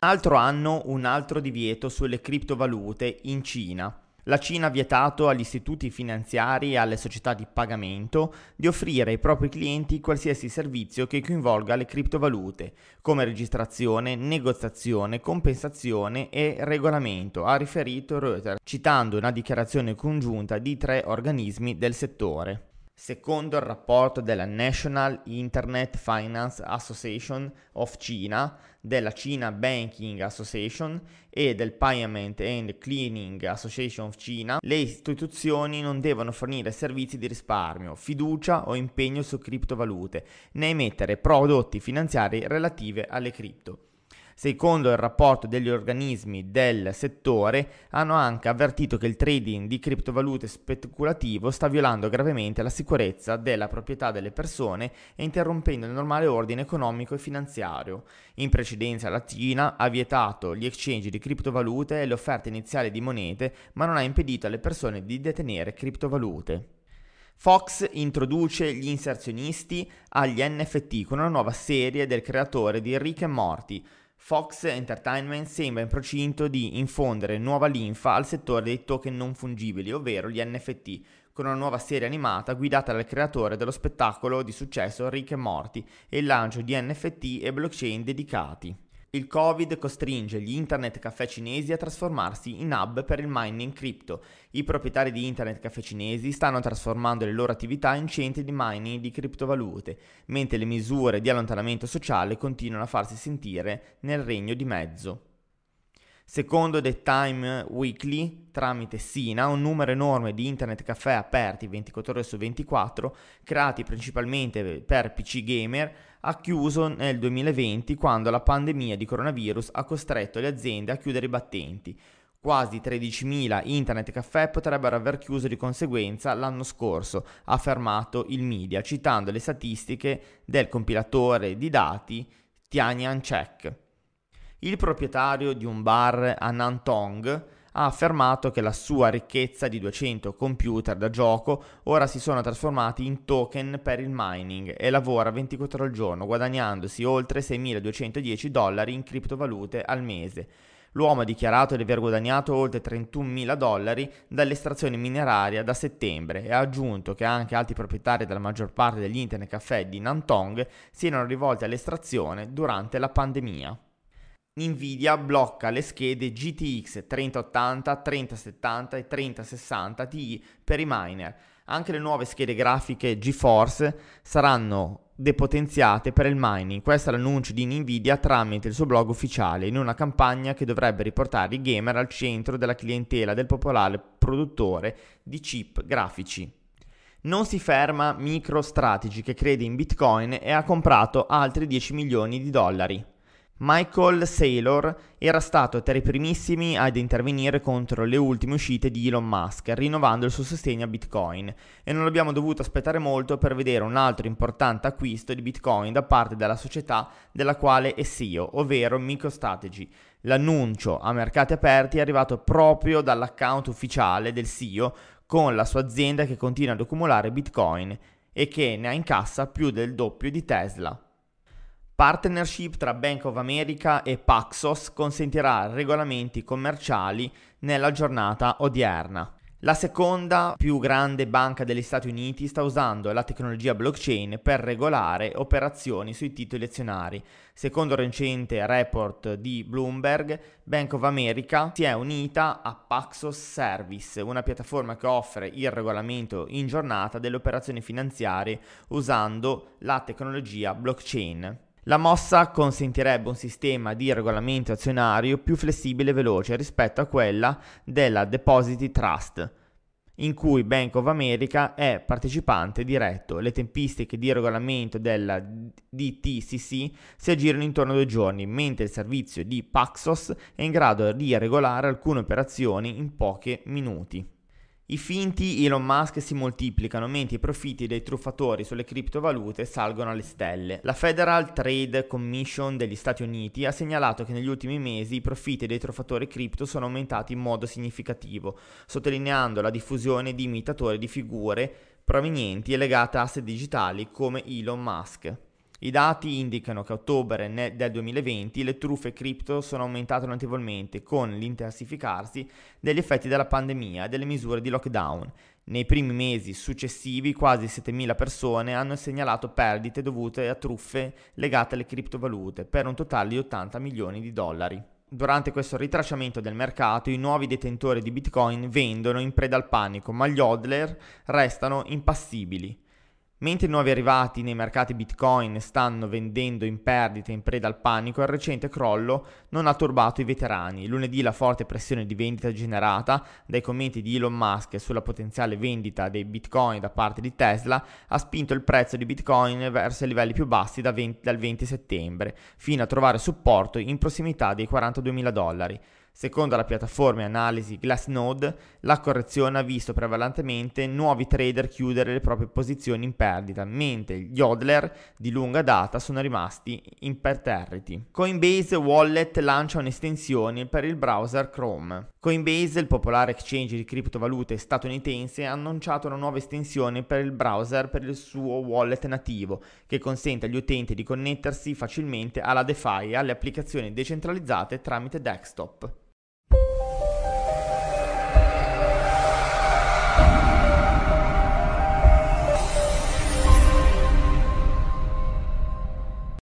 Altro anno, un altro divieto sulle criptovalute in Cina. La Cina ha vietato agli istituti finanziari e alle società di pagamento di offrire ai propri clienti qualsiasi servizio che coinvolga le criptovalute, come registrazione, negoziazione, compensazione e regolamento, ha riferito Reuters, citando una dichiarazione congiunta di 3 organismi del settore. Secondo il rapporto della National Internet Finance Association of China, della China Banking Association e del Payment and Clearing Association of China, le istituzioni non devono fornire servizi di risparmio, fiducia o impegno su criptovalute, né emettere prodotti finanziari relativi alle cripto. Secondo il rapporto degli organismi del settore, hanno anche avvertito che il trading di criptovalute speculativo sta violando gravemente la sicurezza della proprietà delle persone e interrompendo il normale ordine economico e finanziario. In precedenza la Cina ha vietato gli exchange di criptovalute e le offerte iniziali di monete, ma non ha impedito alle persone di detenere criptovalute. Fox introduce gli inserzionisti agli NFT con una nuova serie del creatore di Rick and Morty. Fox Entertainment sembra in procinto di infondere nuova linfa al settore dei token non fungibili, ovvero gli NFT, con una nuova serie animata guidata dal creatore dello spettacolo di successo Rick and Morty e il lancio di NFT e blockchain dedicati. Il Covid costringe gli internet caffè cinesi a trasformarsi in hub per il mining cripto. I proprietari di internet caffè cinesi stanno trasformando le loro attività in centri di mining di criptovalute, mentre le misure di allontanamento sociale continuano a farsi sentire nel Regno di Mezzo. Secondo The Time Weekly, tramite Sina, un numero enorme di internet caffè aperti 24 ore su 24, creati principalmente per PC gamer, ha chiuso nel 2020 quando la pandemia di coronavirus ha costretto le aziende a chiudere i battenti. Quasi 13.000 internet caffè potrebbero aver chiuso di conseguenza l'anno scorso, ha affermato il media, citando le statistiche del compilatore di dati Tianyanchek. Il proprietario di un bar a Nantong ha affermato che la sua ricchezza di 200 computer da gioco ora si sono trasformati in token per il mining e lavora 24 ore al giorno, guadagnandosi oltre $6.210 in criptovalute al mese. L'uomo ha dichiarato di aver guadagnato oltre $31.000 dall'estrazione mineraria da settembre e ha aggiunto che anche altri proprietari della maggior parte degli internet caffè di Nantong si erano rivolti all'estrazione durante la pandemia. Nvidia blocca le schede GTX 3080, 3070 e 3060 Ti per i miner. Anche le nuove schede grafiche GeForce saranno depotenziate per il mining. Questo è l'annuncio di Nvidia tramite il suo blog ufficiale, in una campagna che dovrebbe riportare i gamer al centro della clientela del popolare produttore di chip grafici. Non si ferma MicroStrategy, che crede in Bitcoin e ha comprato altri $10 milioni. Michael Saylor era stato tra i primissimi ad intervenire contro le ultime uscite di Elon Musk, rinnovando il suo sostegno a Bitcoin, e non abbiamo dovuto aspettare molto per vedere un altro importante acquisto di Bitcoin da parte della società della quale è CEO, ovvero MicroStrategy. L'annuncio a mercati aperti è arrivato proprio dall'account ufficiale del CEO con la sua azienda che continua ad accumulare Bitcoin e che ne ha in cassa più del doppio di Tesla. Partnership tra Bank of America e Paxos consentirà regolamenti commerciali nella giornata odierna. La seconda più grande banca degli Stati Uniti sta usando la tecnologia blockchain per regolare operazioni sui titoli azionari. Secondo un recente report di Bloomberg, Bank of America si è unita a Paxos Service, una piattaforma che offre il regolamento in giornata delle operazioni finanziarie usando la tecnologia blockchain. La mossa consentirebbe un sistema di regolamento azionario più flessibile e veloce rispetto a quella della Depository Trust, in cui Bank of America è partecipante diretto. Le tempistiche di regolamento della DTCC si aggirano intorno a 2 giorni, mentre il servizio di Paxos è in grado di regolare alcune operazioni in pochi minuti. I finti Elon Musk si moltiplicano mentre i profitti dei truffatori sulle criptovalute salgono alle stelle. La Federal Trade Commission degli Stati Uniti ha segnalato che negli ultimi mesi i profitti dei truffatori cripto sono aumentati in modo significativo, sottolineando la diffusione di imitatori di figure provenienti e legate a asset digitali come Elon Musk. I dati indicano che a ottobre del 2020 le truffe cripto sono aumentate notevolmente con l'intensificarsi degli effetti della pandemia e delle misure di lockdown. Nei primi mesi successivi quasi 7.000 persone hanno segnalato perdite dovute a truffe legate alle criptovalute per un totale di 80 milioni di dollari. Durante questo ritracciamento del mercato, i nuovi detentori di Bitcoin vendono in preda al panico, ma gli hodler restano impassibili. Mentre i nuovi arrivati nei mercati Bitcoin stanno vendendo in perdita in preda al panico, il recente crollo non ha turbato i veterani. Lunedì la forte pressione di vendita generata dai commenti di Elon Musk sulla potenziale vendita dei Bitcoin da parte di Tesla ha spinto il prezzo di Bitcoin verso i livelli più bassi dal 20 settembre, fino a trovare supporto in prossimità dei 42.000 dollari. Secondo la piattaforma di analisi Glassnode, la correzione ha visto prevalentemente nuovi trader chiudere le proprie posizioni in perdita, mentre gli hodler di lunga data sono rimasti imperterriti. Coinbase Wallet lancia un'estensione per il browser Chrome. Coinbase, il popolare exchange di criptovalute statunitense, ha annunciato una nuova estensione per il browser per il suo wallet nativo, che consente agli utenti di connettersi facilmente alla DeFi e alle applicazioni decentralizzate tramite desktop.